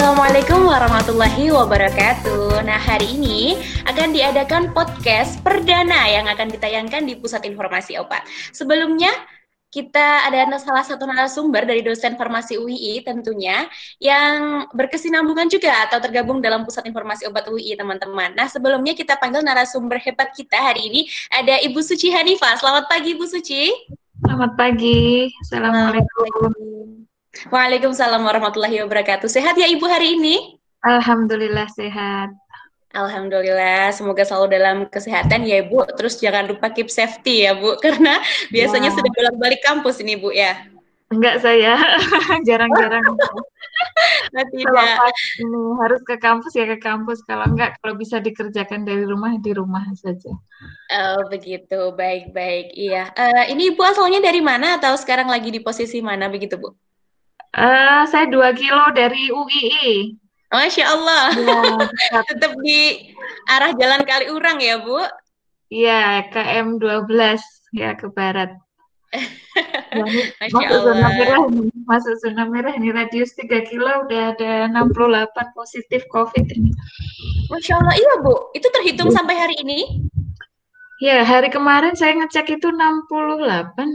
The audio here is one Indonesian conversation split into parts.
Assalamualaikum warahmatullahi wabarakatuh. Nah, hari ini akan diadakan podcast perdana yang akan ditayangkan di Pusat Informasi Obat. Sebelumnya, kita ada salah satu narasumber dari dosen farmasi UII tentunya yang berkesinambungan juga atau tergabung dalam Pusat Informasi Obat UII, teman-teman. Nah, sebelumnya kita panggil narasumber hebat kita hari ini, ada Ibu Suci Hanifah. Selamat pagi, Ibu Suci. Selamat pagi. Selamat Assalamualaikum. pagi. Waalaikumsalam warahmatullahi wabarakatuh. Sehat ya Ibu hari ini? Alhamdulillah sehat. Alhamdulillah, semoga selalu dalam kesehatan ya Bu. Terus jangan lupa keep safety ya Bu, karena biasanya Ya, sudah bolak-balik kampus ini Bu ya. enggak saya jarang-jarang. Nah, Kalau tidak. pas ini harus ke kampus ya ke kampus. Kalau enggak, kalau bisa dikerjakan dari rumah di rumah saja. Oh, begitu, baik-baik. Iya. Ini Ibu asalnya dari mana atau sekarang lagi di posisi mana begitu Bu? Saya 2 kilo dari UII. Masya Allah, Ya, dekat. tetap di arah Jalan Kaliurang ya Bu? Iya, KM 12 ya ke barat. Ya, ini Masya masuk zona merah Allah. ini. Masuk zona merah ini radius 3 kilo udah ada 68 positif COVID ini. Masya Allah, iya Bu. Itu terhitung sampai hari ini? Ya, hari kemarin saya ngecek itu 68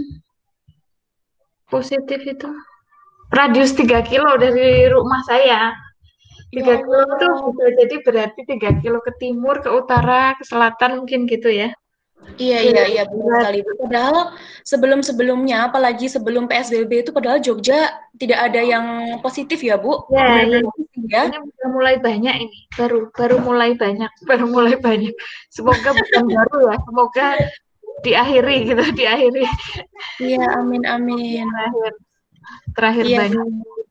positif itu. Radius 3 kilo dari rumah saya. Ya 3 kilo itu Allah. bisa jadi berarti 3 kilo ke timur, ke utara, ke selatan mungkin gitu ya. Iya, Ke iya, iya, benar barat. sekali. Bu. Padahal sebelum-sebelumnya, apalagi sebelum PSBB itu, padahal Jogja tidak ada yang positif ya, Bu. Ya, ya. Benar-benar positif ya. Ini udah mulai banyak ini. Baru baru mulai banyak, baru mulai banyak. Semoga bukan baru ya. Semoga diakhiri gitu, diakhiri. Iya, amin, amin. Terakhir, terakhir Iya, banyak.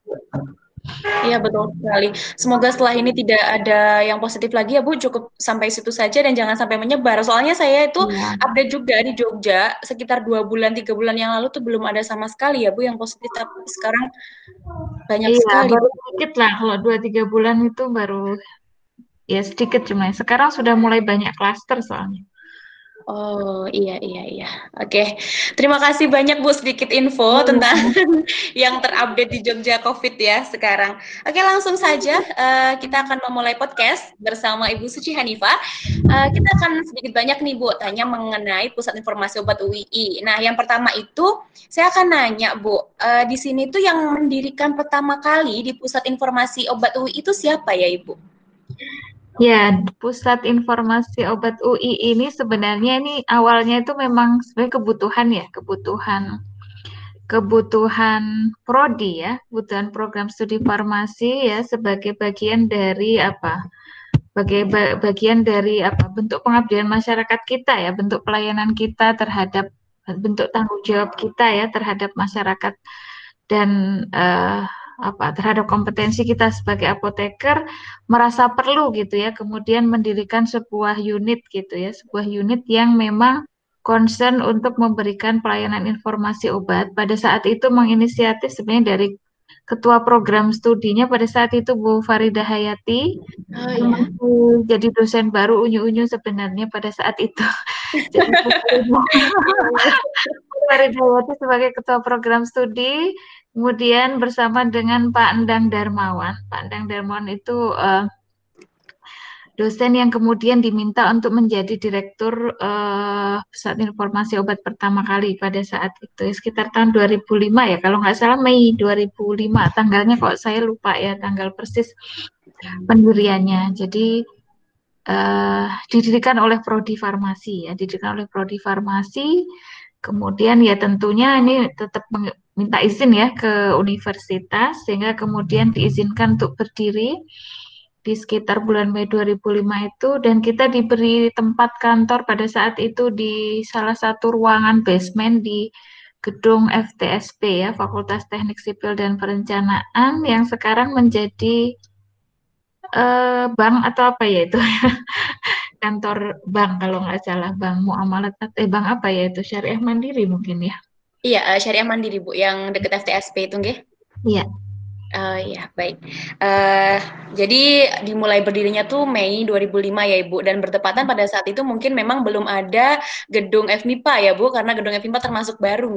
iya, betul sekali. Semoga setelah ini tidak ada yang positif lagi ya, Bu. Cukup sampai situ saja dan jangan sampai menyebar. Soalnya saya itu Iya. update juga di Jogja, sekitar 2 bulan, 3 bulan yang lalu tuh belum ada sama sekali ya, Bu, yang positif. Tapi sekarang banyak Iya, sekali. baru sedikit lah. Kalau 2-3 bulan itu baru ya sedikit cuma. Sekarang sudah mulai banyak klaster soalnya. Oh, iya, iya, iya. Oke, terima kasih banyak Bu, sedikit info tentang Iya. yang terupdate di Jogja COVID ya sekarang. Oke, langsung saja kita akan memulai podcast bersama Ibu Suci Hanifah. Kita akan sedikit banyak nih Bu, tanya mengenai Pusat Informasi Obat UII. Nah, yang pertama itu saya akan nanya Bu, di sini tuh yang mendirikan pertama kali di Pusat Informasi Obat UII itu siapa ya Ibu? Ya, Pusat Informasi Obat UI ini sebenarnya ini awalnya itu memang sebenarnya kebutuhan ya, kebutuhan prodi ya, kebutuhan program studi farmasi ya sebagai bagian dari apa? Bagian dari apa? Bentuk pengabdian masyarakat kita ya, bentuk pelayanan kita terhadap bentuk tanggung jawab kita ya terhadap masyarakat dan eh, apa terhadap kompetensi kita sebagai apoteker merasa perlu gitu ya kemudian mendirikan sebuah unit gitu ya sebuah unit yang memang concern untuk memberikan pelayanan informasi obat pada saat itu menginisiatif sebenarnya dari ketua program studinya pada saat itu Bu Farida Hayati Oh yang ya. masih jadi dosen baru unyu-unyu sebenarnya pada saat itu jadi Bu Iya, iya. Faridawati sebagai Ketua Program Studi, kemudian bersama dengan Pak Endang Darmawan. Pak Endang Darmawan itu dosen yang kemudian diminta untuk menjadi Direktur Pusat Informasi Obat pertama kali pada saat itu, sekitar tahun 2005 ya, kalau nggak salah Mei 2005, tanggalnya kok saya lupa ya, tanggal persis pendiriannya. Jadi didirikan oleh Prodi Farmasi ya, didirikan oleh Prodi Farmasi. Kemudian ya tentunya ini tetap minta izin ya ke universitas sehingga kemudian diizinkan untuk berdiri di sekitar bulan Mei 2005 itu dan kita diberi tempat kantor pada saat itu di salah satu ruangan basement di gedung FTSP ya, Fakultas Teknik Sipil dan Perencanaan yang sekarang menjadi bank atau apa ya itu kantor bank kalau nggak salah bank muamalat bank apa ya itu Syariah Mandiri mungkin ya. Iya, Syariah Mandiri, Bu, yang deket FTSP itu, nggih? Iya, Oh iya, baik. Eh, jadi dimulai berdirinya tuh Mei 2005 ya, Ibu, dan bertepatan pada saat itu mungkin memang belum ada gedung FMIPA ya, Bu, karena gedung FMIPA termasuk baru, nggih?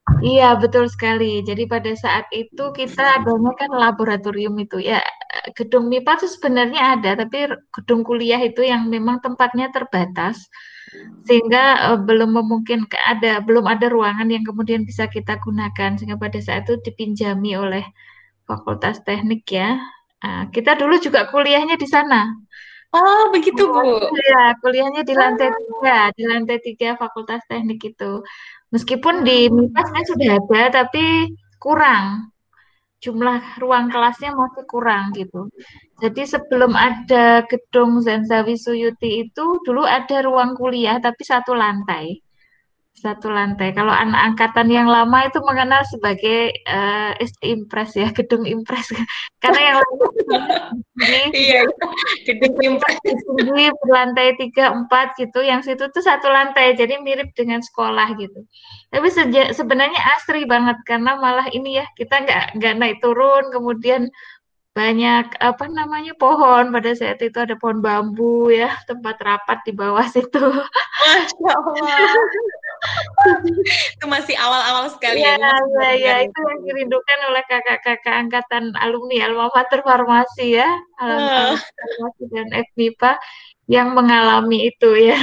Iya, betul sekali. Jadi pada saat itu kita adanya kan laboratorium itu ya. Gedung MIPA itu sebenarnya ada, tapi gedung kuliah itu yang memang tempatnya terbatas sehingga belum memungkinkan belum ada ruangan yang kemudian bisa kita gunakan sehingga pada saat itu dipinjami oleh Fakultas Teknik ya. Kita dulu juga kuliahnya di sana. Oh, begitu, Bu. Ya, kuliahnya Ah, di lantai tiga Fakultas Teknik itu. Meskipun di MIPA ah. saya sudah ada, tapi kurang. Jumlah ruang kelasnya masih kurang gitu. Jadi sebelum ada gedung Zanzawi Suyuti itu, dulu ada ruang kuliah, tapi satu lantai. Satu lantai. Kalau anak angkatan yang lama itu mengenal sebagai SD Impres ya, gedung Impres. Karena yang lainnya tinggi, Iya, iya. Gedung gedungnya impres. lebih tinggi berlantai 3 4 gitu. Yang situ tuh satu lantai, jadi mirip dengan sekolah gitu. Tapi sebenarnya asri banget karena malah ini ya kita nggak naik turun, kemudian banyak apa namanya pohon pada saat itu ada pohon bambu ya tempat rapat di bawah situ. Masya Allah. Itu masih awal-awal sekali Iya, ya, Bu. Masih iya, iya, baru-baru. itu yang dirindukan oleh kakak-kakak angkatan alumni Alma Mater Farmasi ya, Ah. alumni Farmasi dan FMIPA yang mengalami itu ya.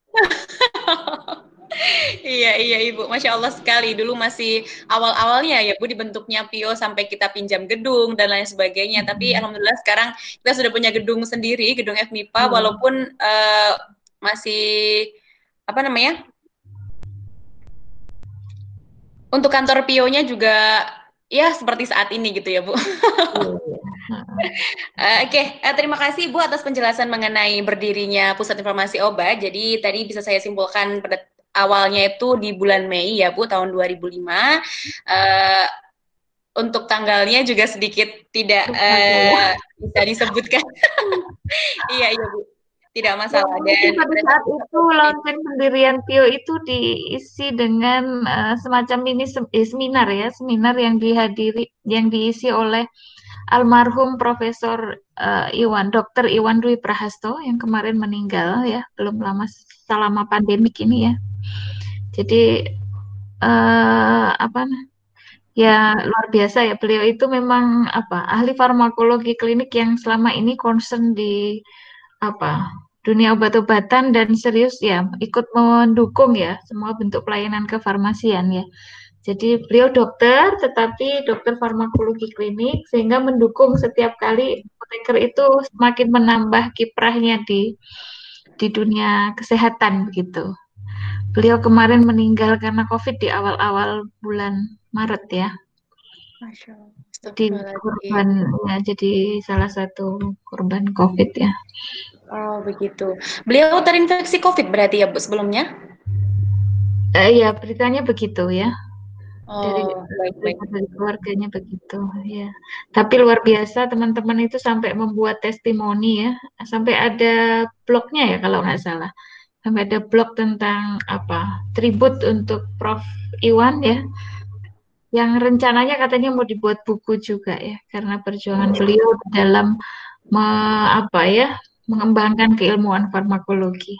Iya, iya, Ibu. Masya Allah sekali. Dulu masih awal-awalnya ya, Bu, dibentuknya PIO sampai kita pinjam gedung dan lain sebagainya. Tapi Mm-mm. Alhamdulillah sekarang kita sudah punya gedung sendiri, gedung FMIPA, Iya. walaupun masih, apa namanya, untuk kantor PIO-nya juga ya seperti saat ini gitu ya, Bu. Iya, iya. Oke, terima kasih Bu atas penjelasan mengenai berdirinya Pusat Informasi Obat. Jadi tadi bisa saya simpulkan pada awalnya itu di bulan Mei ya Bu tahun 2005. Eh, untuk tanggalnya juga sedikit tidak Lupa saya. bisa disebutkan. Iya iya Bu, tidak Ya, masalah mungkin dan pada pada saat saat itu lonceng pendirian Pio itu diisi dengan semacam mini seminar ya, seminar yang yang diisi oleh almarhum Profesor Dr. Iwan Dwi Prahasto yang kemarin meninggal ya, belum lama selama pandemik ini ya. Jadi apa ya luar biasa ya beliau itu memang apa ahli farmakologi klinik yang selama ini concern di apa dunia obat-obatan dan serius ya ikut mendukung ya semua bentuk pelayanan kefarmasian ya. Jadi beliau dokter tetapi dokter farmakologi klinik sehingga mendukung setiap kali apoteker itu semakin menambah kiprahnya di dunia kesehatan begitu. Beliau kemarin meninggal karena COVID di awal-awal bulan Maret ya. Masya Allah. Di Astagfirullahaladzim. korban ya jadi salah satu korban COVID ya. Oh begitu. Beliau terinfeksi COVID berarti ya Bu sebelumnya? Ya beritanya begitu ya. dari Oh baik baik. dari keluarganya begitu ya. Tapi luar biasa teman-teman itu sampai membuat testimoni ya, sampai ada blognya ya kalau nggak salah, sampai ada blog tentang apa tribut untuk Prof. Iwan ya, yang rencananya katanya mau dibuat buku juga ya, karena perjuangan beliau dalam apa ya mengembangkan keilmuan farmakologi.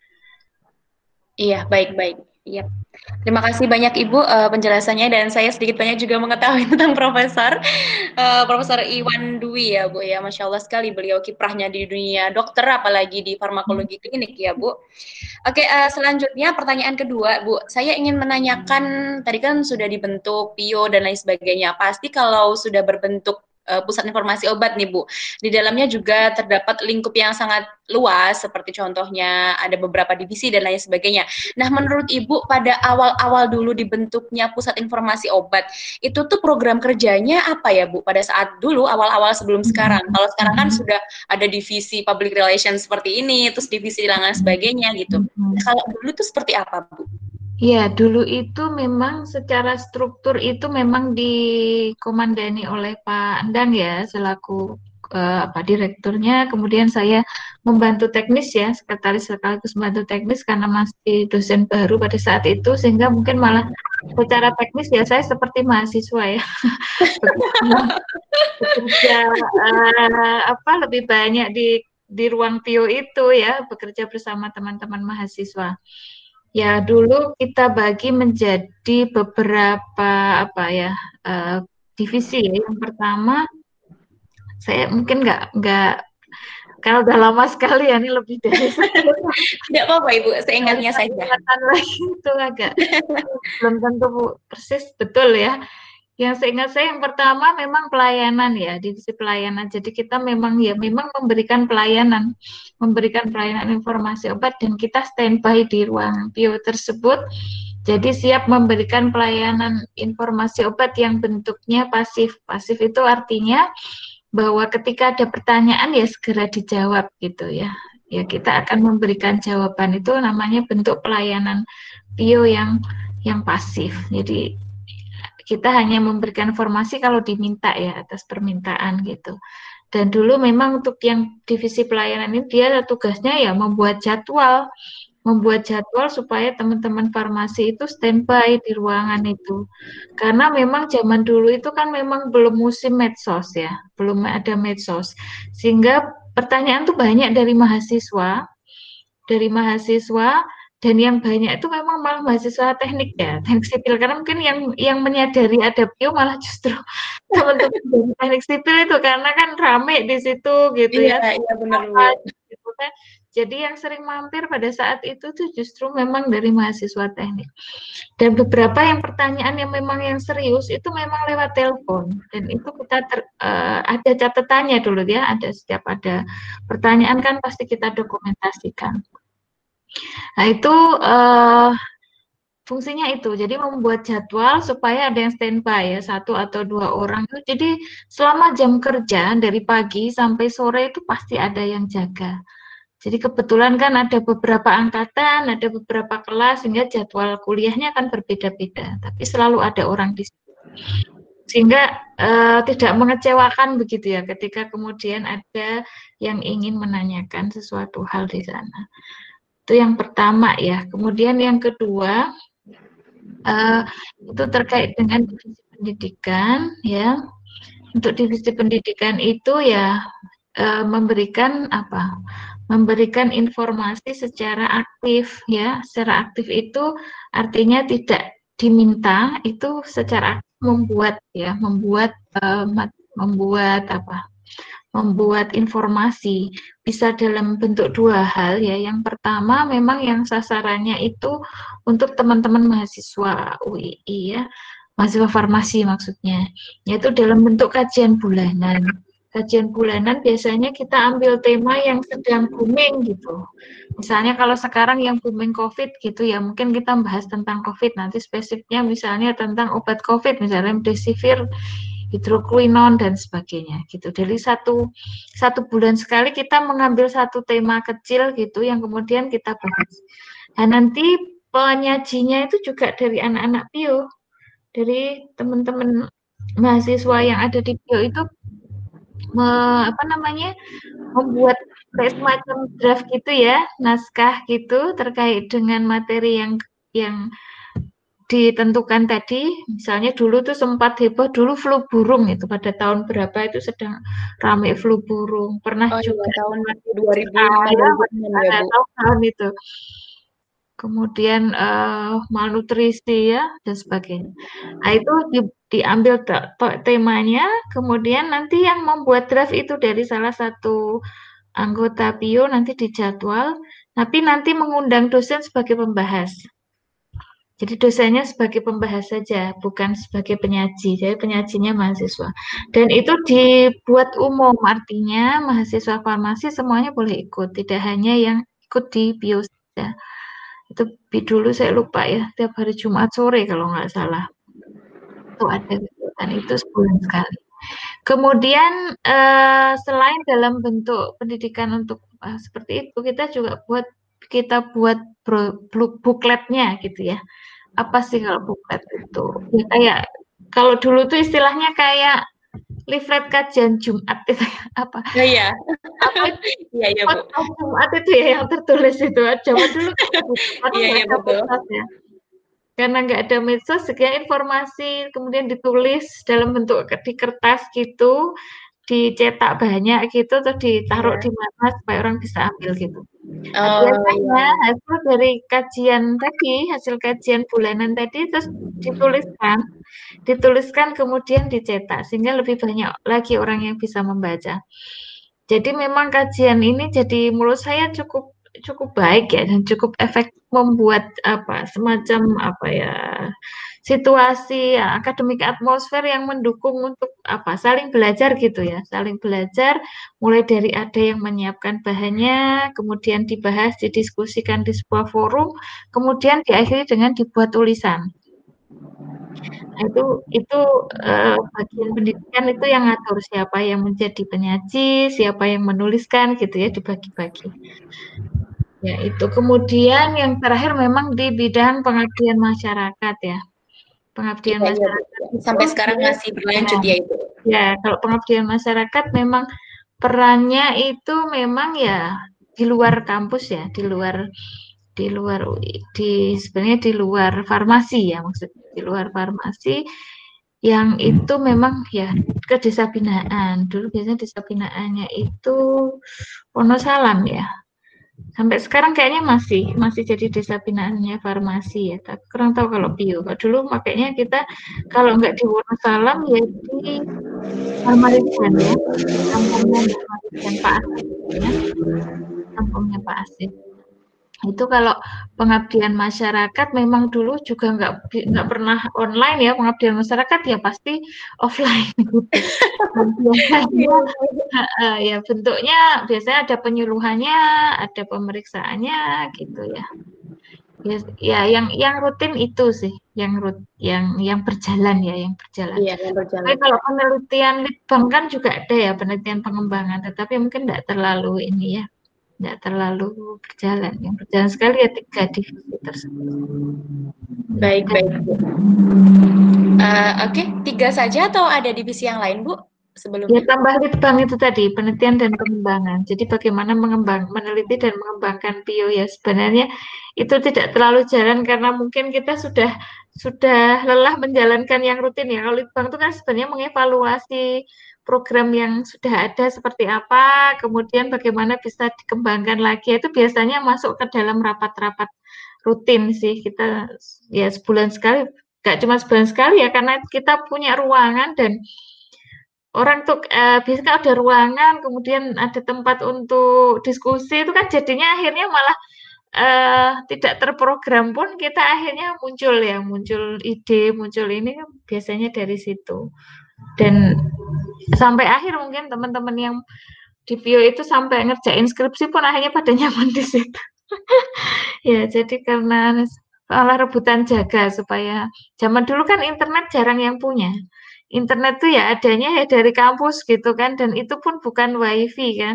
Iya baik baik. Iya. Terima kasih banyak Ibu penjelasannya dan saya sedikit banyak juga mengetahui tentang Profesor Iwan Dwi ya Bu ya. Masya Allah sekali beliau kiprahnya di dunia dokter apalagi di farmakologi klinik ya Bu. Oke, selanjutnya pertanyaan kedua Bu. Saya ingin menanyakan tadi kan sudah dibentuk PIO dan lain sebagainya. Pasti kalau sudah berbentuk pusat informasi obat nih Bu. Di dalamnya juga terdapat lingkup yang sangat luas seperti contohnya ada beberapa divisi dan lain sebagainya. Nah, menurut Ibu pada awal-awal dulu dibentuknya pusat informasi obat, itu tuh program kerjanya apa ya Bu pada saat dulu awal-awal sebelum sekarang? Kalau sekarang kan sudah ada divisi public relations seperti ini, terus divisi dan lain sebagainya gitu. Nah, kalau dulu tuh seperti apa Bu? Ya, dulu itu memang secara struktur itu memang dikomandani oleh Pak Endang ya selaku apa direkturnya. Kemudian saya membantu teknis ya, sekretaris sekaligus membantu teknis karena masih dosen baru pada saat itu sehingga mungkin malah secara teknis ya saya seperti mahasiswa ya. Bekerja apa lebih banyak di ruang PIO itu ya, bekerja bersama teman-teman mahasiswa. Ya, dulu kita bagi menjadi beberapa apa ya divisi ya. Yang pertama, saya mungkin nggak karena udah lama sekali ya, ini lebih dari 10 Tidak apa-apa Ibu, tahun seingatnya saja. ingatan lagi itu agak belum tentu persis betul ya. Yang seingat saya yang pertama memang pelayanan ya, divisi pelayanan. Jadi kita memang memberikan pelayanan informasi obat dan kita standby di ruang bio tersebut. Jadi siap memberikan pelayanan informasi obat yang bentuknya pasif. Pasif itu artinya bahwa ketika ada pertanyaan ya segera dijawab gitu ya. Ya kita akan memberikan jawaban, itu namanya bentuk pelayanan bio yang pasif. Jadi kita hanya memberikan informasi kalau diminta ya, atas permintaan gitu. Dan dulu memang untuk yang divisi pelayanan ini dia tugasnya ya membuat jadwal supaya teman-teman farmasi itu standby di ruangan itu. Karena memang zaman dulu itu kan memang belum musim medsos ya, belum ada medsos. Sehingga pertanyaan tuh banyak dari mahasiswa dan yang banyak itu memang malah mahasiswa teknik ya, teknik sipil, karena mungkin yang menyadari ada bio malah justru teman-teman dari teknik sipil itu karena kan rame di situ gitu Iya, ya, iya benar Bu. apa gitu kan. Jadi yang sering mampir pada saat itu tuh justru memang dari mahasiswa teknik. Dan beberapa yang pertanyaan yang memang yang serius itu memang lewat telepon. Dan itu kita ada catatannya dulu ya, setiap ada pertanyaan kan pasti kita dokumentasikan. Nah itu fungsinya itu. Jadi membuat jadwal supaya ada yang standby ya, satu atau dua orang. Jadi selama jam kerja dari pagi sampai sore itu pasti ada yang jaga. Jadi kebetulan kan ada beberapa angkatan, ada beberapa kelas, sehingga jadwal kuliahnya kan berbeda-beda. Tapi selalu ada orang di situ. Sehingga tidak mengecewakan begitu ya, ketika kemudian ada yang ingin menanyakan sesuatu hal di sana. Itu yang pertama ya. Kemudian yang kedua, eh, itu terkait dengan divisi pendidikan ya. Untuk divisi pendidikan itu ya memberikan apa? Memberikan informasi secara aktif ya. Secara aktif itu artinya tidak diminta, itu secara aktif membuat apa? Membuat informasi bisa dalam bentuk dua hal ya. Yang pertama memang yang sasarannya itu untuk teman-teman mahasiswa UII ya, mahasiswa farmasi maksudnya, yaitu dalam bentuk kajian bulanan. Kajian bulanan biasanya kita ambil tema yang sedang booming gitu. Misalnya kalau sekarang yang booming COVID gitu ya, mungkin kita bahas tentang COVID, nanti spesifiknya misalnya tentang obat COVID, misalnya remdesivir, hidroquinon dan sebagainya gitu. Jadi satu bulan sekali kita mengambil satu tema kecil gitu yang kemudian kita bahas. Dan nanti penyajinya itu juga dari anak-anak bio, dari teman-teman mahasiswa yang ada di bio itu apa namanya, membuat kayak semacam draft gitu ya, naskah gitu terkait dengan materi yang ditentukan tadi. Misalnya dulu tuh sempat heboh dulu flu burung, itu pada tahun berapa itu sedang ramai flu burung. Pernah Oh iya, juga tahun sempat 2005 ya, 2006 ya nggak Bu. tahu tahun itu. Kemudian malnutrisi ya dan sebagainya. Nah, itu diambil temanya, kemudian nanti yang membuat draft itu dari salah satu anggota PIO nanti dijadwal, tapi nanti mengundang dosen sebagai pembahas. Jadi dosennya sebagai pembahas saja, bukan sebagai penyaji. Jadi penyajinya mahasiswa. Dan itu dibuat umum, artinya mahasiswa farmasi semuanya boleh ikut, tidak hanya yang ikut di bio saja. Itu dulu saya lupa ya, tiap hari Jumat sore kalau nggak salah. Itu ada kegiatan itu sebulan sekali. Kemudian selain dalam bentuk pendidikan untuk seperti itu, kita buat bookletnya gitu ya. Apa sih kalau buklet itu? Ya kayak kalau dulu tuh istilahnya kayak leaflet kajian Jumat itu ya. Apa Oh iya, apa itu iya iya Bu. khotbah Jumat itu ya yang tertulis itu. Zaman dulu kan karena Iya nggak iya ada betul. medsos ya. Karena nggak ada medsos, segala informasi kemudian ditulis dalam bentuk di kertas gitu, dicetak banyak gitu, terus ditaruh di mana supaya orang bisa ambil gitu. Nah, Oh biasanya iya. hasil dari kajian tadi, hasil kajian bulanan tadi terus dituliskan, kemudian dicetak sehingga lebih banyak lagi orang yang bisa membaca. Jadi memang kajian ini jadi menurut saya cukup cukup baik ya dan cukup efektif membuat apa semacam apa ya situasi ya, akademik atmosfer yang mendukung untuk apa saling belajar gitu ya, saling belajar mulai dari ada yang menyiapkan bahannya, kemudian dibahas, didiskusikan di sebuah forum, kemudian diakhiri dengan dibuat tulisan. Nah, itu bagian pendidikan itu yang ngatur siapa yang menjadi penyaji, siapa yang menuliskan gitu ya dibagi-bagi. Ya, itu kemudian yang terakhir memang di bidang pengabdian masyarakat ya. Pengabdian Iya, iya, Bu. masyarakat itu Sampai sekarang dia masih ya, berlanjut ya itu. ya kalau pengabdian masyarakat memang perannya itu memang ya di luar kampus ya, di luar UI, sebenarnya di luar farmasi ya maksudnya di luar farmasi yang itu memang ya ke desa binaan. Dulu biasanya desa binaannya itu Wonosalam ya. Sampai sekarang kayaknya masih jadi desa binaannya farmasi ya. Tapi kurang tahu kalau bio. Kalau dulu makanya kita kalau nggak di Wonosalam ya di Parmarisan ya. Kampungnya Parmarisan Pak Asep ya. Kampungnya Pak Asep. Itu kalau pengabdian masyarakat memang dulu juga nggak pernah online ya pengabdian masyarakat ya pasti offline gitu. Dan biasanya ya bentuknya biasanya ada penyuluhannya, ada pemeriksaannya gitu ya. Ya, ya yang rutin itu sih, yang berjalan ya, yang berjalan. Iya, yang Tapi berjalan. kalau penelitian litbang kan juga ada ya penelitian pengembangan, tetapi mungkin tidak terlalu ini ya, tidak terlalu berjalan. Yang berjalan sekali ya 3 divisi tersebut. Baik, baik, Bu. Oke, tiga saja atau ada divisi yang lain, Bu, Ya sebelumnya? tambah litbang itu tadi penelitian dan pengembangan. Jadi bagaimana meneliti dan mengembangkan bio ya sebenarnya itu tidak terlalu jalan karena mungkin kita sudah lelah menjalankan yang rutin ya. Kalau litbang itu kan sebenarnya mengevaluasi program yang sudah ada seperti apa, kemudian bagaimana bisa dikembangkan lagi. Itu biasanya masuk ke dalam rapat-rapat rutin sih kita ya sebulan sekali. Gak cuma sebulan sekali ya karena kita punya ruangan dan orang tuh biasanya ada ruangan, kemudian ada tempat untuk diskusi, itu kan jadinya akhirnya malah tidak terprogram pun kita akhirnya muncul ya, muncul ide, muncul ini kan biasanya dari situ. Dan sampai akhir mungkin teman-teman yang di bio itu sampai ngerjain skripsi pun akhirnya pada nyaman di situ. Ya, jadi karena malah rebutan jaga supaya zaman dulu kan internet jarang yang punya. Internet tuh ya adanya ya dari kampus gitu kan dan itu pun bukan wifi kan.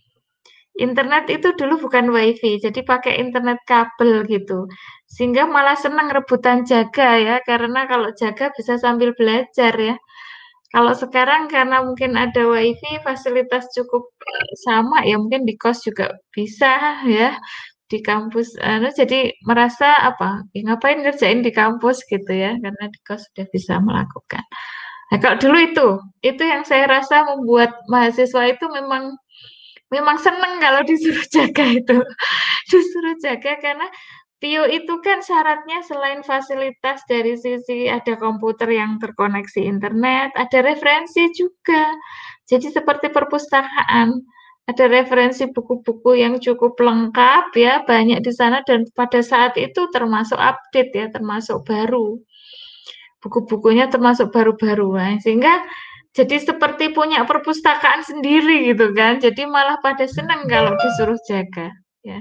Internet itu dulu bukan wifi, jadi pakai internet kabel gitu. Sehingga malah senang rebutan jaga ya karena kalau jaga bisa sambil belajar ya. Kalau sekarang karena mungkin ada wifi fasilitas cukup sama ya mungkin di kos juga bisa ya di kampus jadi merasa apa ya ngapain ngerjain di kampus gitu ya karena di kos sudah bisa melakukan. Nah, kalau dulu itu yang saya rasa membuat mahasiswa itu memang memang seneng kalau disuruh jaga itu. Disuruh jaga karena Pio itu kan syaratnya selain fasilitas dari sisi ada komputer yang terkoneksi internet, ada referensi juga. Jadi seperti perpustakaan, ada referensi buku-buku yang cukup lengkap ya, banyak di sana dan pada saat itu termasuk update ya, termasuk baru. Buku-bukunya termasuk baru-baru. Nah, sehingga jadi seperti punya perpustakaan sendiri gitu kan. Jadi malah pada senang kalau disuruh jaga. Ya.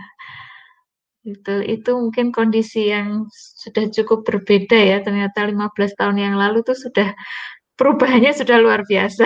Itu mungkin kondisi yang sudah cukup berbeda ya. Ternyata 15 tahun yang lalu tuh sudah perubahannya sudah luar biasa.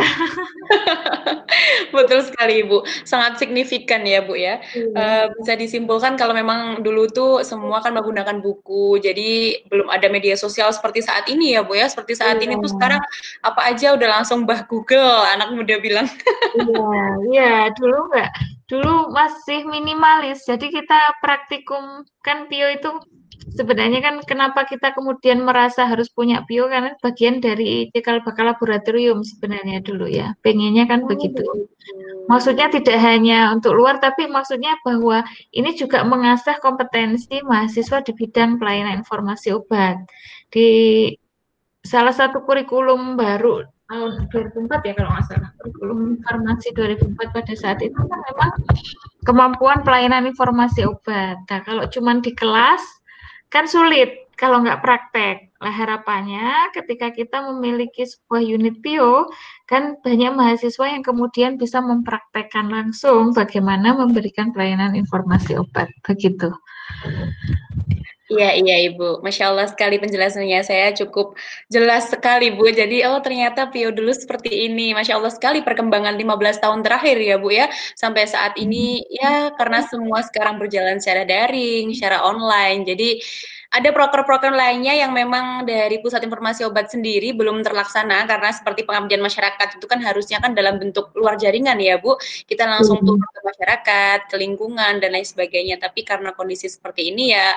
Betul sekali, Ibu. Sangat signifikan ya, Bu, ya. Iya. Bisa disimpulkan kalau memang dulu tuh semua kan menggunakan buku, jadi belum ada media sosial seperti saat ini ya, Bu, ya. Seperti saat ini tuh Iya. sekarang apa aja udah langsung mbah Google, anak muda bilang. Iya, iya, dulu dulu masih minimalis. Jadi kita praktikum kan Pio itu sebenarnya kan kenapa kita kemudian merasa harus punya bio karena bagian dari cikal bakal laboratorium sebenarnya dulu ya. Pengennya kan Oh, begitu. begitu. Maksudnya tidak hanya untuk luar, tapi maksudnya bahwa ini juga mengasah kompetensi mahasiswa di bidang pelayanan informasi obat. Di salah satu kurikulum baru tahun 2004 ya kalau nggak salah, kurikulum farmasi 2004 pada saat itu kan memang kemampuan pelayanan informasi obat. Nah, kalau cuma di kelas kan sulit kalau nggak praktek. Lah harapannya ketika kita memiliki sebuah unit bio, kan banyak mahasiswa yang kemudian bisa mempraktekkan langsung bagaimana memberikan pelayanan informasi obat. Begitu. Iya, iya Ibu. Masya Allah sekali penjelasannya. Saya cukup jelas sekali Bu. Jadi, oh ternyata Pio dulu seperti ini. Masya Allah sekali perkembangan 15 tahun terakhir ya Bu ya. Sampai saat ini ya karena semua sekarang berjalan secara daring, secara online. Jadi ada proker-proker lainnya yang memang dari Pusat Informasi Obat sendiri belum terlaksana karena seperti pengabdian masyarakat itu kan harusnya kan dalam bentuk luar jaringan ya Bu. Kita langsung turun ke masyarakat, ke lingkungan dan lain sebagainya. Tapi karena kondisi seperti ini ya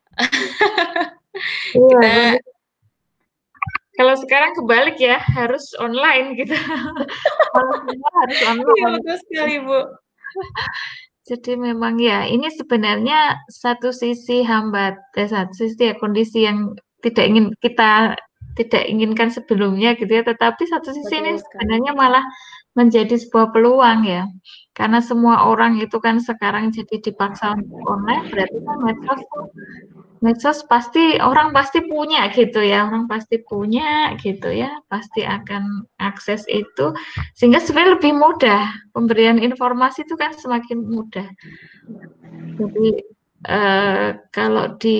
Iya, kita benar. Kalau sekarang kebalik ya, harus online gitu. Kalau semua harus iya online. betul sekali, Bu. Jadi memang ya, ini sebenarnya satu sisi hambat, satu sisi ya kondisi yang tidak ingin kita tidak inginkan sebelumnya gitu ya, tetapi satu sisi ini Betul sekali. sebenarnya malah menjadi sebuah peluang ya. Karena semua orang itu kan sekarang jadi dipaksa untuk online, berarti kan medsos pasti orang pasti punya gitu ya, orang pasti punya gitu ya, pasti akan akses itu sehingga sebenarnya lebih mudah pemberian informasi itu kan semakin mudah. Jadi kalau di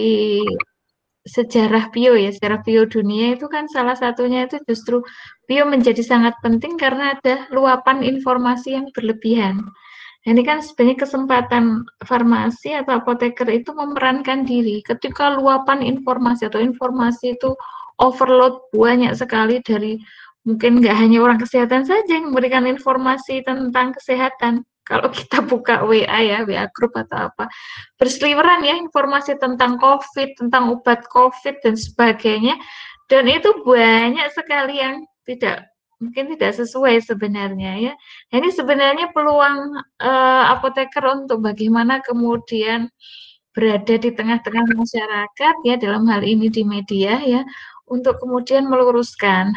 sejarah bio ya, sejarah bio dunia itu kan salah satunya itu justru bio menjadi sangat penting karena ada luapan informasi yang berlebihan. Nah, ini kan sebenarnya kesempatan farmasi atau apoteker itu memerankan diri ketika luapan informasi atau informasi itu overload banyak sekali dari mungkin nggak hanya orang kesehatan saja yang memberikan informasi tentang kesehatan. Kalau kita buka WA ya, WA grup atau apa, berseliweran ya informasi tentang COVID, tentang obat COVID dan sebagainya. Dan itu banyak sekali yang tidak mungkin tidak sesuai sebenarnya ya. Nah, ini sebenarnya peluang apoteker untuk bagaimana kemudian berada di tengah-tengah masyarakat ya dalam hal ini di media ya untuk kemudian meluruskan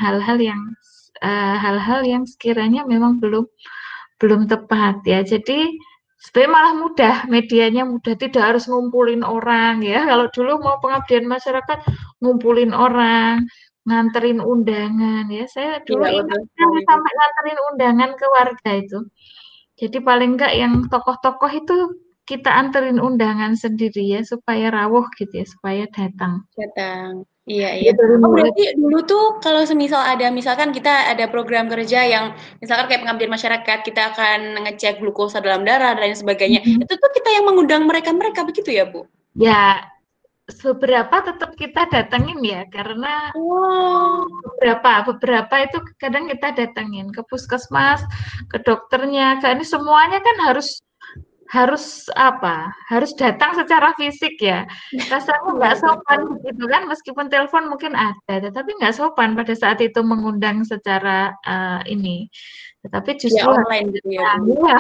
hal-hal yang sekiranya memang belum belum tepat ya. Jadi sebenarnya malah mudah, medianya mudah, tidak harus ngumpulin orang ya. Kalau dulu mau pengabdian masyarakat, ngumpulin orang, nganterin undangan ya. Saya dulu Iya, ingat betul sekali sekali, Bu. sampai nganterin undangan ke warga itu. Jadi paling enggak yang tokoh-tokoh itu kita anterin undangan sendiri ya supaya rawuh gitu ya, supaya datang. Datang. Iya, iya. Ya dari Oh, mulai berarti dulu tuh kalau semisal ada misalkan kita ada program kerja yang misalkan kayak pengabdian masyarakat, kita akan ngecek glukosa dalam darah dan lain sebagainya. Itu tuh kita yang mengundang mereka-mereka begitu ya, Bu? ya beberapa tetap kita datengin ya karena Oh, beberapa itu kadang kita datengin ke puskesmas, ke dokternya, kan ini semuanya kan harus harus apa? Harus datang secara fisik ya. Rasanya iya nggak betul sopan sekali. gitu kan, meskipun telepon mungkin ada, tetapi nggak sopan pada saat itu mengundang secara ini. Tetapi Via justru harus online gitu ya, datang. Bu. Iya.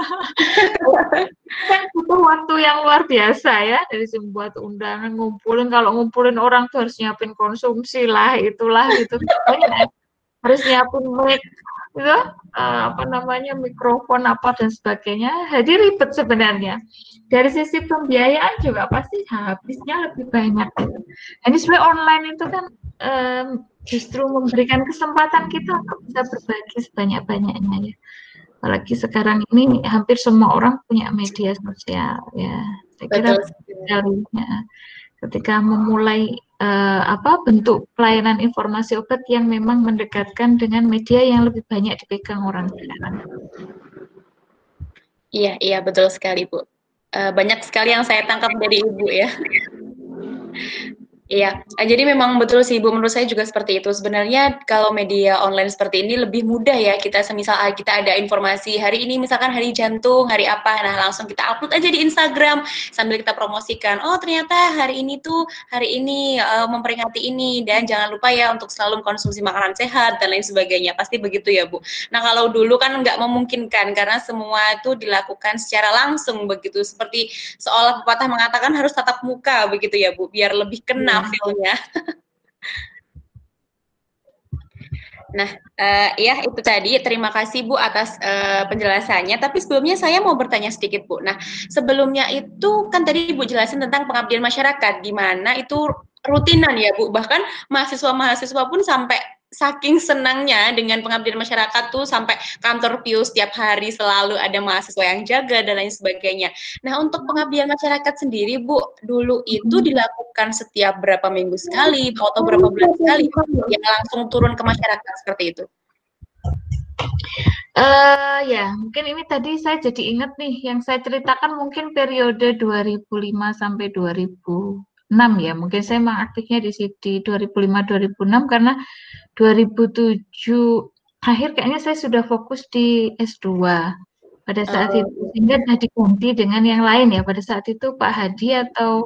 Kan butuh waktu yang luar biasa ya dari membuat undangan ngumpulin kalau ngumpulin orang tuh harus nyiapin konsumsi lah itulah gitu banyak harus nyiapin mic itu apa namanya mikrofon apa dan sebagainya jadi ribet sebenarnya dari sisi pembiayaan juga pasti habisnya lebih banyak gitu. Ini sebenarnya online itu kan justru memberikan kesempatan kita untuk bisa berbagi sebanyak-banyaknya ya. Apalagi sekarang ini hampir semua orang punya media sosial ya. Saya kira Betul sekali. sekali ya, ketika memulai apa bentuk pelayanan informasi obat yang memang mendekatkan dengan media yang lebih banyak dipegang orang sekarang. Iya, iya betul sekali, Bu. Banyak sekali yang saya tangkap dari Ibu ya. Iya, jadi memang betul sih Bu, menurut saya juga seperti itu. Sebenarnya kalau media online seperti ini lebih mudah ya kita semisal kita ada informasi hari ini misalkan hari jantung, hari apa, nah langsung kita upload aja di Instagram sambil kita promosikan. Oh ternyata hari ini tuh hari ini memperingati ini dan jangan lupa ya untuk selalu konsumsi makanan sehat dan lain sebagainya. Pasti begitu ya Bu. Nah kalau dulu kan nggak memungkinkan karena semua itu dilakukan secara langsung begitu. Seperti seolah pepatah mengatakan harus tatap muka begitu ya Bu, biar lebih kena Iya. feel-nya. Nah, ya itu tadi. Terima kasih Bu atas penjelasannya. Tapi sebelumnya saya mau bertanya sedikit Bu. Nah, sebelumnya itu kan tadi Ibu jelasin tentang pengabdian masyarakat, di mana itu rutinan ya Bu. Bahkan mahasiswa-mahasiswa pun sampai saking senangnya dengan pengabdian masyarakat tuh sampai kantor Pius setiap hari selalu ada mahasiswa yang jaga dan lain sebagainya. Nah, untuk pengabdian masyarakat sendiri Bu, dulu itu dilakukan setiap berapa minggu sekali atau berapa bulan sekali? Yang langsung turun ke masyarakat seperti itu. Ya, mungkin ini tadi saya jadi ingat nih, yang saya ceritakan mungkin periode 2005 sampai 2006 ya. Mungkin saya memang aktifnya di 2005-2006 karena 2007 akhir kayaknya saya sudah fokus di S2 pada saat itu. Sehingga sudah diganti dengan yang lain ya. Pada saat itu Pak Hadi atau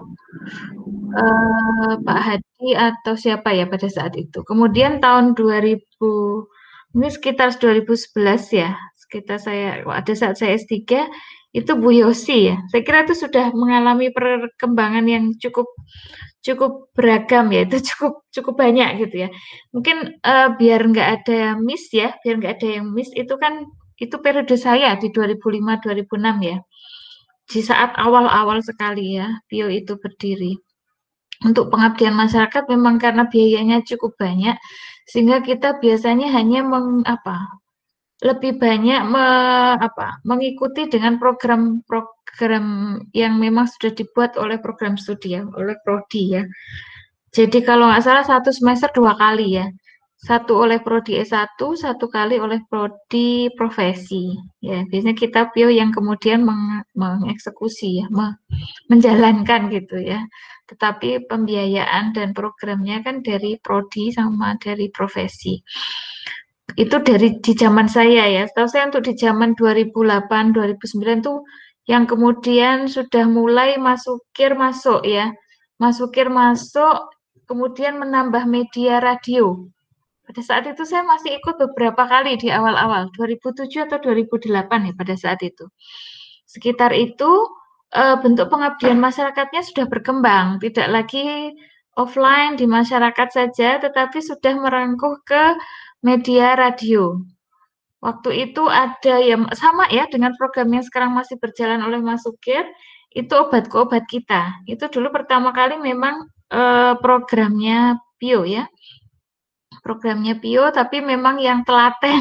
Pak Hadi atau siapa ya pada saat itu. Kemudian tahun 2000, ini sekitar 2011 ya, sekitar saya, ada saat saya S3, itu Bu Yosi ya. Saya kira itu sudah mengalami perkembangan yang cukup cukup beragam ya, itu cukup cukup banyak gitu ya. Mungkin biar nggak ada miss ya, biar nggak ada yang miss, itu kan itu periode saya di 2005-2006 ya. Di saat awal-awal sekali ya, Pio itu berdiri. Untuk pengabdian masyarakat memang karena biayanya cukup banyak, sehingga kita biasanya hanya lebih banyak mengikuti dengan program-program yang memang sudah dibuat oleh program studi ya, oleh prodi ya. Jadi kalau nggak salah satu semester 2 kali ya. Satu oleh prodi S1, satu kali oleh prodi profesi. Ya, biasanya kita PIO yang kemudian mengeksekusi ya, menjalankan gitu ya. Tetapi pembiayaan dan programnya kan dari prodi sama dari profesi. Itu dari di zaman saya ya. Setahu saya untuk di zaman 2008, 2009 tuh yang kemudian sudah mulai masuk ya. Masuk, kemudian menambah media radio. Pada saat itu saya masih ikut beberapa kali di awal-awal, 2007 atau 2008 ya pada saat itu. Sekitar itu bentuk pengabdian masyarakatnya sudah berkembang, tidak lagi offline di masyarakat saja, tetapi sudah merangkuh ke media radio. Waktu itu ada yang sama ya dengan program yang sekarang masih berjalan oleh Mas Sukir, itu obatku obat kita. Itu dulu pertama kali memang programnya Pio ya. Programnya Pio tapi memang yang telaten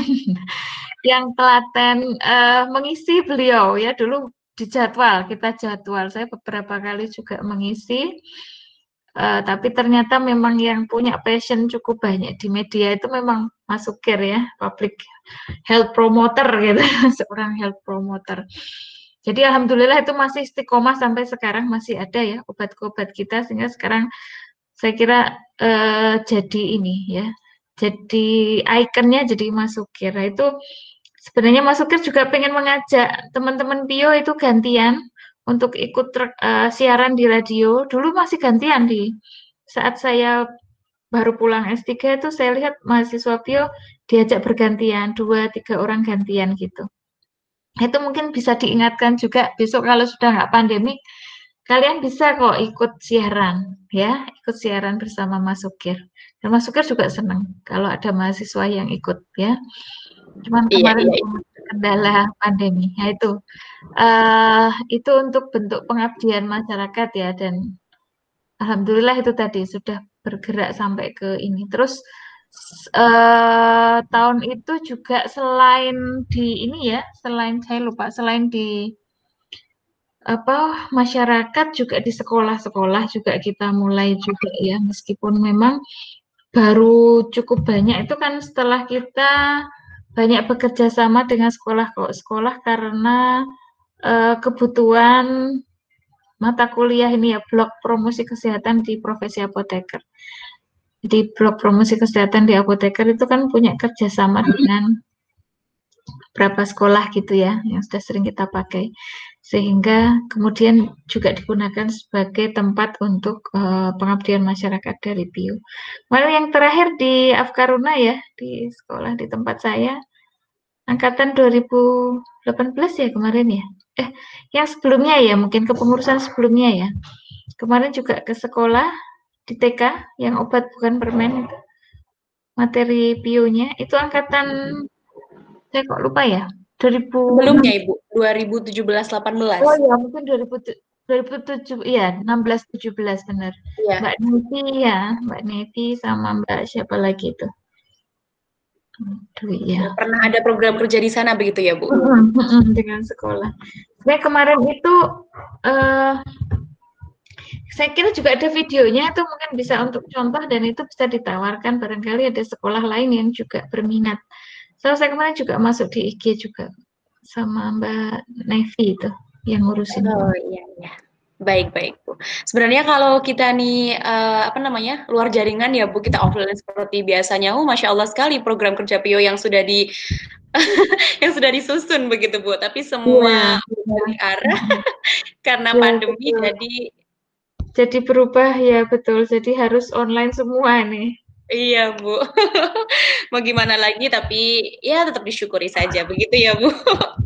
mengisi beliau ya dulu dijadwal, kita jadwal. Saya beberapa kali juga mengisi. Tapi ternyata memang yang punya passion cukup banyak di media itu memang Mas Sukir ya, public health promoter gitu, seorang health promoter. Jadi alhamdulillah itu masih istiqomah sampai sekarang masih ada ya obat-obat kita sehingga sekarang saya kira jadi ini ya, jadi ikonnya jadi Mas Sukir. Nah, itu sebenarnya Mas Sukir juga pengen mengajak teman-teman Pio itu gantian untuk ikut siaran di radio. Dulu masih gantian di saat saya baru pulang S3 itu saya lihat mahasiswa Pio diajak bergantian, 2-3 orang gantian gitu. Itu mungkin bisa diingatkan juga besok kalau sudah nggak pandemik, kalian bisa kok ikut siaran ya, ikut siaran bersama Mas Sukir. Dan Mas Sukir juga senang kalau ada mahasiswa yang ikut ya. Cuman Iya, kemarin iya. kendala pandemi. Nah itu untuk bentuk pengabdian masyarakat ya dan alhamdulillah itu tadi sudah bergerak sampai ke ini. Terus tahun itu juga selain di ini ya, selain saya lupa, selain di masyarakat juga di sekolah-sekolah juga kita mulai juga ya, meskipun memang baru cukup banyak itu kan setelah kita banyak bekerja sama dengan sekolah kok sekolah karena kebutuhan mata kuliah ini ya, blok promosi kesehatan di profesi apoteker. Di blok promosi kesehatan di apoteker itu kan punya kerjasama dengan berapa sekolah gitu ya, yang sudah sering kita pakai. Sehingga kemudian juga digunakan sebagai tempat untuk pengabdian masyarakat dari PIO. Lalu yang terakhir di Afkaruna ya, di sekolah di tempat saya, angkatan 2018 ya kemarin ya. Yang sebelumnya ya, mungkin kepengurusan sebelumnya ya. Kemarin juga ke sekolah di TK yang obat bukan permen itu. Materi PIO-nya itu angkatan saya kok lupa ya. 2000 Sebelumnya Ibu, 2017-18. Oh ya, mungkin 2007 iya, 16-17 benar. Iya. Mbak Nevi ya, Mbak Nevi sama Mbak siapa lagi itu? Aduh ya. Pernah ada program kerja di sana begitu ya, Bu? Dengan sekolah. Saya kemarin itu saya kira juga ada videonya itu mungkin bisa untuk contoh dan itu bisa ditawarkan barangkali ada sekolah lain yang juga berminat. Saya kemarin juga masuk di IG juga sama Mbak Nevi itu yang ngurusin. Oh iya iya. Baik baik Bu. Sebenarnya kalau kita nih apa namanya luar jaringan ya Bu, kita offline seperti biasanya. Masya Allah sekali program kerja PIO yang sudah yang sudah disusun begitu Bu. Tapi semua beralih arah karena Ya, pandemi betul. jadi berubah ya betul. Jadi harus online semua nih. iya Bu. Mau gimana lagi tapi ya tetap disyukuri saja begitu ya Bu.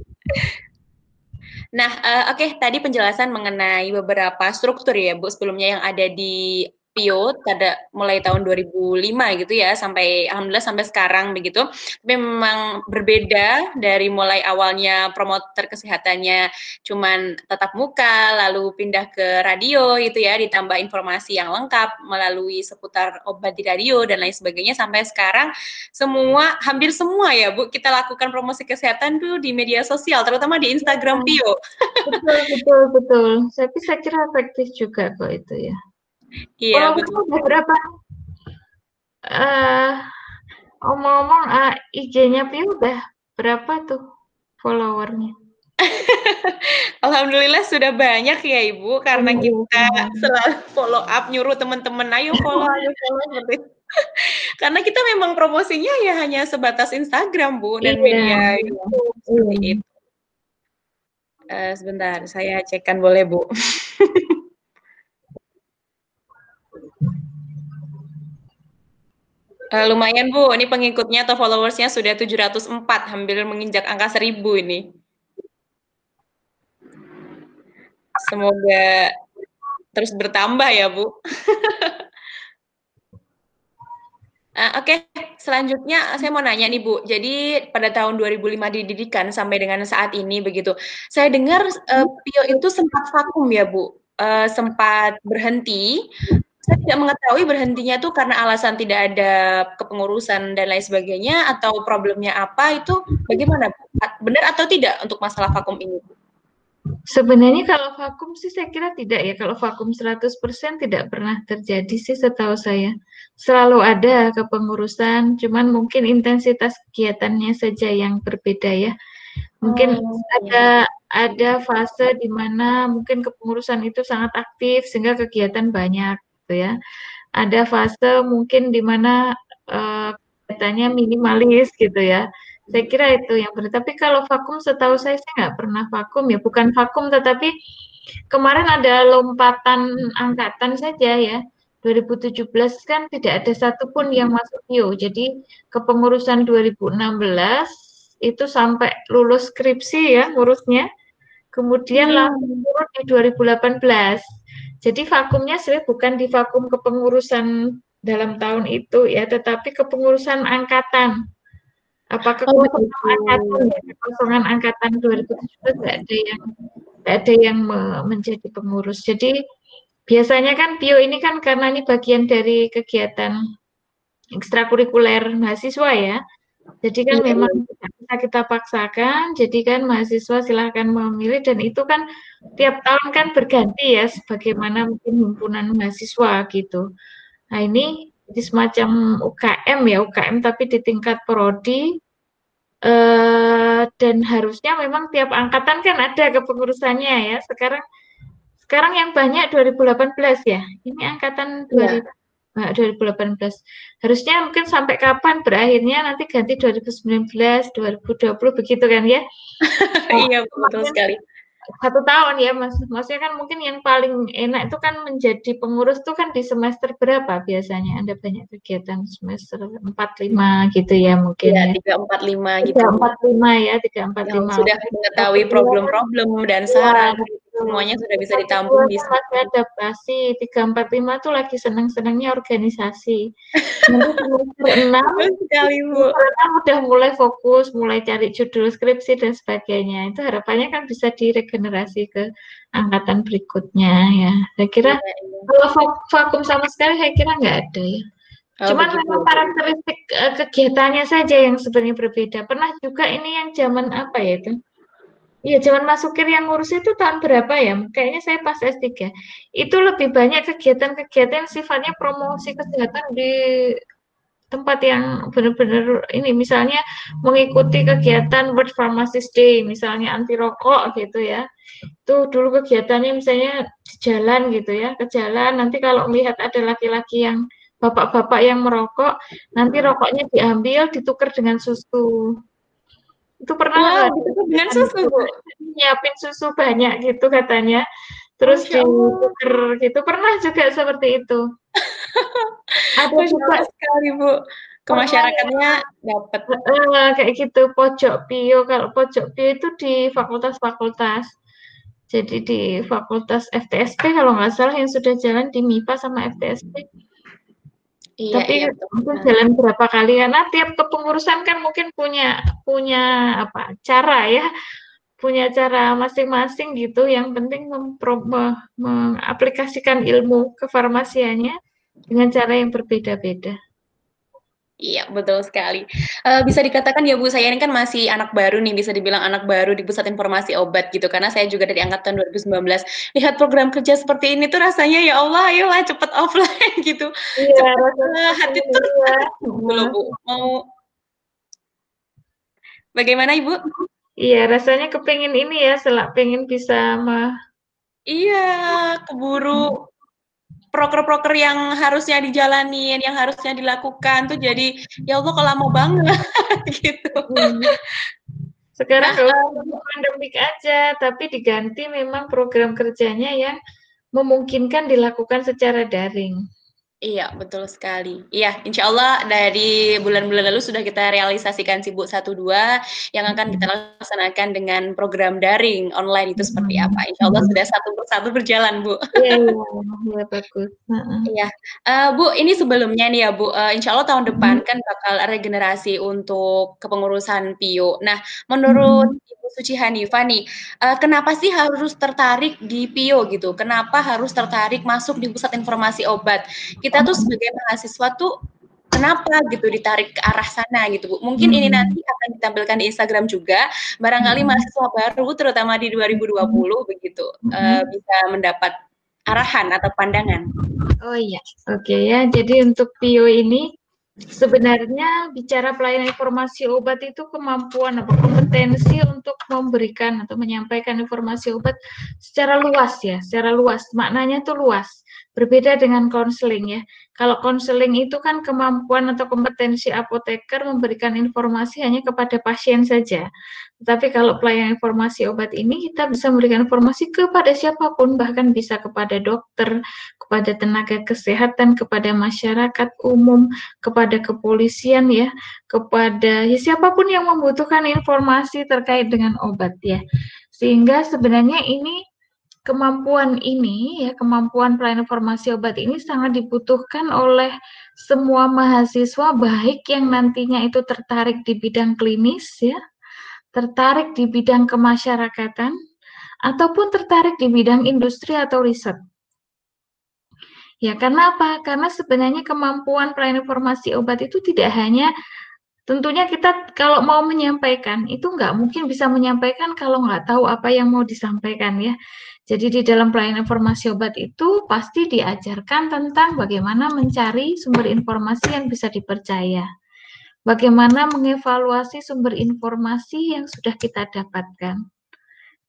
Nah, oke, tadi penjelasan mengenai beberapa struktur ya, Bu, sebelumnya yang ada di PIO pada mulai tahun 2005 gitu ya, sampai alhamdulillah sampai sekarang begitu. Tapi memang berbeda dari mulai awalnya promoter kesehatannya cuman tatap muka, lalu pindah ke radio gitu ya, ditambah informasi yang lengkap melalui seputar obat di radio dan lain sebagainya sampai sekarang hampir semua ya Bu, kita lakukan promosi kesehatan tuh di media sosial, terutama di Instagram PIO. Betul. Tapi saya kira efektif juga kok itu ya. Iya, Kalau betul. udah berapa? Omong-omong, IG-nya Pi udah berapa tuh followernya? Alhamdulillah sudah banyak ya Ibu, karena kita selalu follow up, nyuruh teman-teman, ayo follow, seperti itu. Karena kita memang promosinya ya hanya sebatas Instagram Bu, dan media seperti itu. Sebentar, saya cekkan boleh Bu. Lumayan Bu, ini pengikutnya atau followersnya sudah 704, hampir menginjak angka 1000 ini. Semoga terus bertambah ya Bu. Oke, selanjutnya saya mau nanya nih Bu. Jadi pada tahun 2005 didirikan sampai dengan saat ini begitu. Saya dengar PIO itu sempat vakum ya Bu, sempat berhenti. Saya tidak mengetahui berhentinya itu karena alasan tidak ada kepengurusan dan lain sebagainya atau problemnya apa itu bagaimana Bu? Benar atau tidak untuk masalah vakum ini Bu? Sebenarnya kalau vakum sih saya kira tidak ya. Kalau vakum 100% tidak pernah terjadi sih setahu saya. Selalu ada kepengurusan, cuman mungkin intensitas kegiatannya saja yang berbeda ya. Mungkin ada fase di mana mungkin kepengurusan itu sangat aktif sehingga kegiatan banyak gitu ya. Ada fase mungkin di mana kegiatannya minimalis gitu ya. Saya kira itu yang benar. Tapi kalau vakum setahu saya nggak pernah vakum ya. Bukan vakum tetapi kemarin ada lompatan angkatan saja ya. 2017 kan tidak ada satupun yang masuk PIO. Jadi kepengurusan 2016 itu sampai lulus skripsi ya ngurusnya. Kemudian langsung turun di 2018. Jadi vakumnya sebenarnya bukan di vakum kepengurusan dalam tahun itu ya, tetapi kepengurusan angkatan. Apakah kekosongan angkatan 2017 nggak ada yang menjadi pengurus. Jadi biasanya kan PIO ini kan karena ini bagian dari kegiatan ekstrakurikuler mahasiswa ya. Jadi kan memang tidak bisa kita paksakan, jadi kan mahasiswa silahkan memilih dan itu kan tiap tahun kan berganti ya, sebagaimana mungkin himpunan mahasiswa gitu. Nah ini di semacam UKM ya, UKM tapi di tingkat prodi dan harusnya memang tiap angkatan kan ada kepengurusannya ya. Sekarang sekarang yang banyak 2018 ya. Ini angkatan Iya. 2018. Harusnya mungkin sampai kapan berakhirnya nanti ganti 2019, 2020 begitu kan ya. Nah, Iya, betul mungkin sekali. 1 tahun ya Mas. Maksudnya kan mungkin yang paling enak itu kan menjadi pengurus tuh kan di semester berapa biasanya? Ada banyak kegiatan semester 4 5 gitu ya mungkin Iya, ya. 3, 4, 5 Tiga gitu, Bu. empat lima ya, tiga empat Yang lima. sudah Fase mengetahui 2 kan, problem-problem dan iya saran, betul. semuanya sudah bisa Fase 2 ditampung di kan situ. masih adaptasi, 3 4 5 tuh lagi seneng-senengnya organisasi. Nanti semester 6, Betul sekali, Bu. semester 6 udah mulai fokus, mulai cari judul skripsi dan sebagainya. Itu harapannya kan bisa diregenerasi ke angkatan berikutnya ya. Saya kira Iya, iya. kalau vakum sama sekali saya kira nggak ada ya. Oh, Cuman begitu memang ya, Bu. karakteristik kegiatannya saja yang sebenarnya berbeda. Pernah juga ini yang zaman apa ya itu? Iya, zaman Masukir yang ngurus itu tahun berapa ya? Kayaknya saya pas S3. Itu lebih banyak kegiatan-kegiatan yang sifatnya promosi kesehatan di tempat yang benar-benar ini, misalnya mengikuti kegiatan World Pharmacist Day, misalnya anti rokok gitu ya. Itu dulu kegiatannya misalnya di jalan gitu ya, ke jalan nanti kalau melihat ada laki-laki yang bapak-bapak yang merokok, nanti rokoknya diambil ditukar dengan susu. Itu pernah Wow, nggak gitu dengan kegiatan susu, itu? Bu. Nyiapin susu banyak gitu katanya, terus Masya Allah. ditukar gitu. Pernah juga seperti itu. Ada Masya juga Allah sekali, Bu. Ke pernah masyarakatnya dapat. kayak gitu pojok bio. Kalau pojok bio itu di fakultas-fakultas. Jadi di fakultas FTSP kalau nggak salah yang sudah jalan di MIPA sama FTSP. Iya, Tapi iya, betul mungkin sekali. jalan berapa kali karena tiap kepengurusan kan mungkin punya punya apa cara ya, punya cara masing-masing gitu. Yang penting mengaplikasikan ilmu kefarmasiannya dengan cara yang berbeda-beda. Iya, betul sekali. Bisa dikatakan ya Bu, saya ini kan masih anak baru nih, bisa dibilang anak baru di Pusat Informasi Obat gitu, karena saya juga dari angkatan 2019. Lihat program kerja seperti ini tuh rasanya ya Allah, ayolah cepet offline gitu. Iya, Cepet rasanya hati pengen tuh iya. gitu loh Heeh. Bu. Mau bagaimana Ibu? Iya, rasanya kepengen ini ya, selak pengen bisa Iya, keburu proker-proker yang harusnya dijalanin, yang harusnya dilakukan tuh jadi ya Allah kok lama banget gitu. hmm. Sekarang Nah, nggak usah nunggu pandemik aja, tapi diganti memang program kerjanya yang memungkinkan dilakukan secara daring. iya, betul sekali. Iya, insya Allah dari bulan-bulan lalu sudah kita realisasikan Sibuk 1 2 yang akan kita laksanakan dengan program daring online itu seperti apa. Insya Allah sudah satu persatu berjalan, Bu. Iya, iya, iya bagus. Heeh. Iya, Bu, ini sebelumnya nih ya Bu, insya Allah tahun depan kan bakal regenerasi untuk kepengurusan PIO. Nah, menurut Ibu Suci Hanifah nih, kenapa sih harus tertarik di PIO gitu? Kenapa harus tertarik masuk di Pusat Informasi Obat? Kita tuh sebagai mahasiswa tuh kenapa gitu ditarik ke arah sana gitu Bu? Mungkin ini nanti akan ditampilkan di Instagram juga, barangkali mahasiswa baru terutama di 2020 begitu, bisa mendapat arahan atau pandangan. Oh iya, oke ya. Jadi untuk PIO ini sebenarnya bicara pelayanan informasi obat itu kemampuan atau kompetensi untuk memberikan atau menyampaikan informasi obat secara luas ya, secara luas. Maknanya tuh luas. Berbeda dengan konseling ya. Kalau konseling itu kan kemampuan atau kompetensi apoteker memberikan informasi hanya kepada pasien saja. Tapi kalau pelayanan informasi obat ini kita bisa memberikan informasi kepada siapapun, bahkan bisa kepada dokter, kepada tenaga kesehatan, kepada masyarakat umum, kepada kepolisian ya, kepada ya, siapapun yang membutuhkan informasi terkait dengan obat ya. Sehingga sebenarnya ini ya, kemampuan pelayanan informasi obat ini sangat dibutuhkan oleh semua mahasiswa baik yang nantinya itu tertarik di bidang klinis ya, tertarik di bidang kemasyarakatan ataupun tertarik di bidang industri atau riset. Ya, karena apa? Karena sebenarnya kemampuan pelayanan informasi obat itu tidak hanya, tentunya kita kalau mau menyampaikan, itu nggak mungkin bisa menyampaikan kalau nggak tahu apa yang mau disampaikan ya. Jadi di dalam pelayanan informasi obat itu pasti diajarkan tentang bagaimana mencari sumber informasi yang bisa dipercaya. Bagaimana mengevaluasi sumber informasi yang sudah kita dapatkan.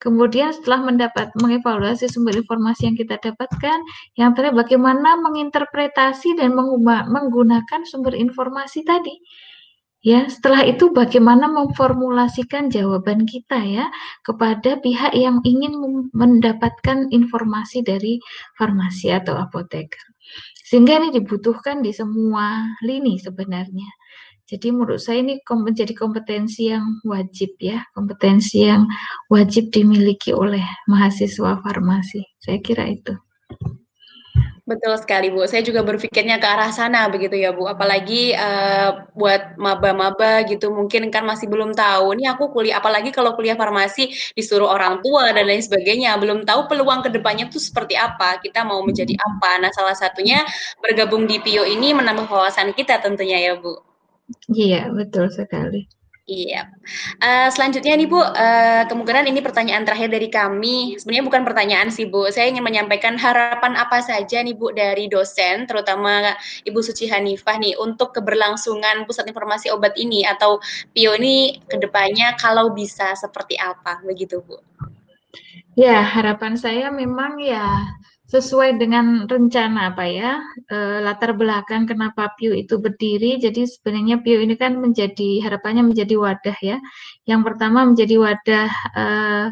Kemudian setelah mengevaluasi sumber informasi yang kita dapatkan, yang terakhir bagaimana menginterpretasi dan menggunakan sumber informasi tadi. Ya, setelah itu bagaimana memformulasikan jawaban kita ya kepada pihak yang ingin mendapatkan informasi dari farmasi atau apoteker. Sehingga ini dibutuhkan di semua lini sebenarnya. Jadi menurut saya ini menjadi kompetensi yang wajib ya, kompetensi yang wajib dimiliki oleh mahasiswa farmasi. Saya kira itu. Betul sekali, Bu. Saya juga berpikirnya ke arah sana begitu ya, Bu. Apalagi buat maba-maba gitu, mungkin kan masih belum tahu. Nih aku kuliah, apalagi kalau kuliah farmasi disuruh orang tua dan lain sebagainya, belum tahu peluang kedepannya tuh seperti apa. Kita mau menjadi apa? Nah, salah satunya bergabung di PIO ini menambah wawasan kita tentunya ya, Bu. Iya, betul sekali. Iya. Selanjutnya nih Bu, kemungkinan ini pertanyaan terakhir dari kami. Sebenarnya bukan pertanyaan sih Bu, saya ingin menyampaikan harapan apa saja nih Bu dari dosen, terutama Ibu Suci Hanifah nih, untuk keberlangsungan Pusat Informasi Obat ini atau PIO ini kedepannya kalau bisa seperti apa, begitu Bu? Ya, harapan saya memang ya sesuai dengan rencana apa ya, latar belakang kenapa PIU itu berdiri. Jadi sebenarnya PIU ini kan harapannya menjadi wadah ya. Yang pertama menjadi wadah eh,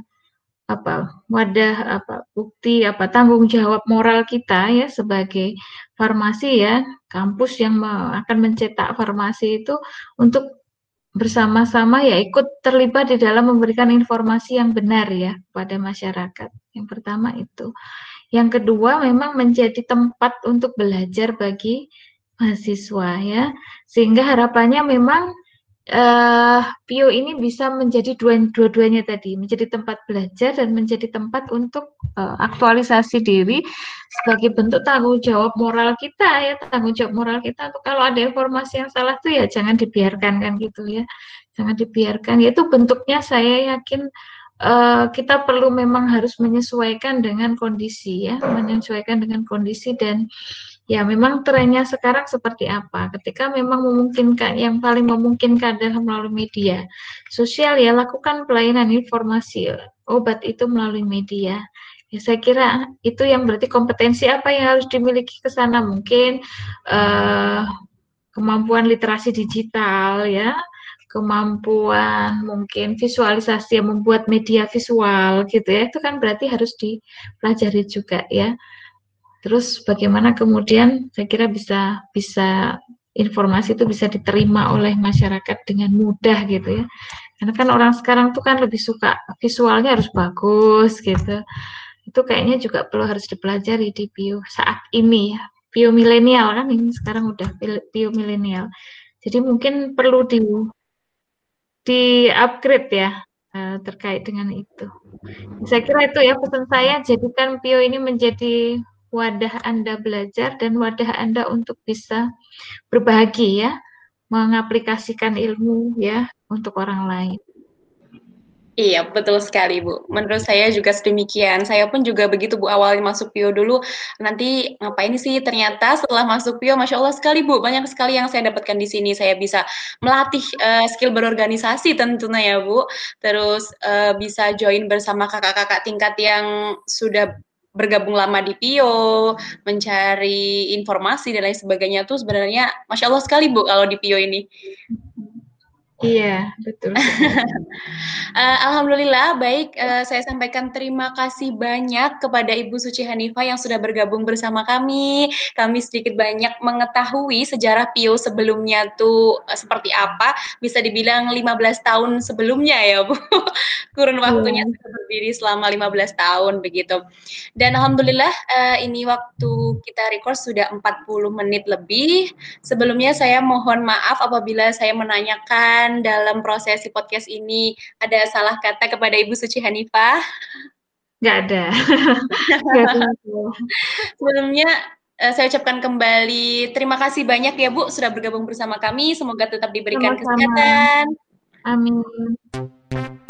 bukti tanggung jawab moral kita ya sebagai farmasi ya, kampus yang akan mencetak farmasi itu untuk bersama-sama ya ikut terlibat di dalam memberikan informasi yang benar ya pada masyarakat. Yang pertama itu. Yang kedua memang menjadi tempat untuk belajar bagi mahasiswa ya. Sehingga harapannya memang PIO ini bisa menjadi dua-duanya tadi, menjadi tempat belajar dan menjadi tempat untuk aktualisasi diri sebagai bentuk tanggung jawab moral kita ya, tanggung jawab moral kita untuk kalau ada informasi yang salah tuh ya jangan dibiarkan kan gitu ya, jangan dibiarkan. Itu bentuknya saya yakin kita perlu memang harus menyesuaikan dengan kondisi ya, menyesuaikan dengan kondisi dan ya, memang trennya sekarang seperti apa? Ketika memang memungkinkan, yang paling memungkinkan adalah melalui media sosial ya, lakukan pelayanan informasi obat itu melalui media. Ya, saya kira itu yang berarti kompetensi apa yang harus dimiliki ke sana mungkin kemampuan literasi digital ya, kemampuan mungkin visualisasi yang membuat media visual gitu ya, itu kan berarti harus dipelajari juga ya. Terus bagaimana kemudian saya kira bisa bisa informasi itu bisa diterima oleh masyarakat dengan mudah gitu ya. Karena kan orang sekarang tuh kan lebih suka visualnya harus bagus gitu. Itu kayaknya juga perlu harus dipelajari di bio saat ini ya. Bio milenial kan ini sekarang udah bio milenial. Jadi mungkin perlu di upgrade ya terkait dengan itu. Saya kira itu ya pesan saya, jadikan Pio ini menjadi wadah Anda belajar dan wadah Anda untuk bisa berbagi ya, mengaplikasikan ilmu ya untuk orang lain. Iya, betul sekali, Bu. Menurut saya juga sedemikian. Saya pun juga begitu, Bu. Awalnya masuk PIO dulu, nanti ngapain sih? Ternyata setelah masuk PIO, Masya Allah sekali, Bu. Banyak sekali yang saya dapatkan di sini. Saya bisa melatih skill berorganisasi tentunya ya, Bu. Terus bisa join bersama kakak-kakak tingkat yang sudah bergabung lama di PIO, mencari informasi dan lain sebagainya tuh sebenarnya Masya Allah sekali, Bu, kalau di PIO ini. Iya, betul. Alhamdulillah, baik. Saya sampaikan terima kasih banyak kepada Ibu Suci Hanifah yang sudah bergabung bersama kami. Kami sedikit banyak mengetahui sejarah PIO sebelumnya tuh seperti apa. Bisa dibilang 15 tahun sebelumnya ya, Bu. Kurun waktunya Iya. sudah berdiri selama 15 tahun begitu. Dan alhamdulillah ini waktu kita record sudah 40 menit lebih. Sebelumnya saya mohon maaf apabila saya menanyakan dalam prosesi podcast ini ada salah kata kepada Ibu Suci Hanifah. Nggak ada. Sebelumnya saya ucapkan kembali terima kasih banyak ya Bu sudah bergabung bersama kami. Semoga tetap diberikan Sama-sama. kesehatan. Amin.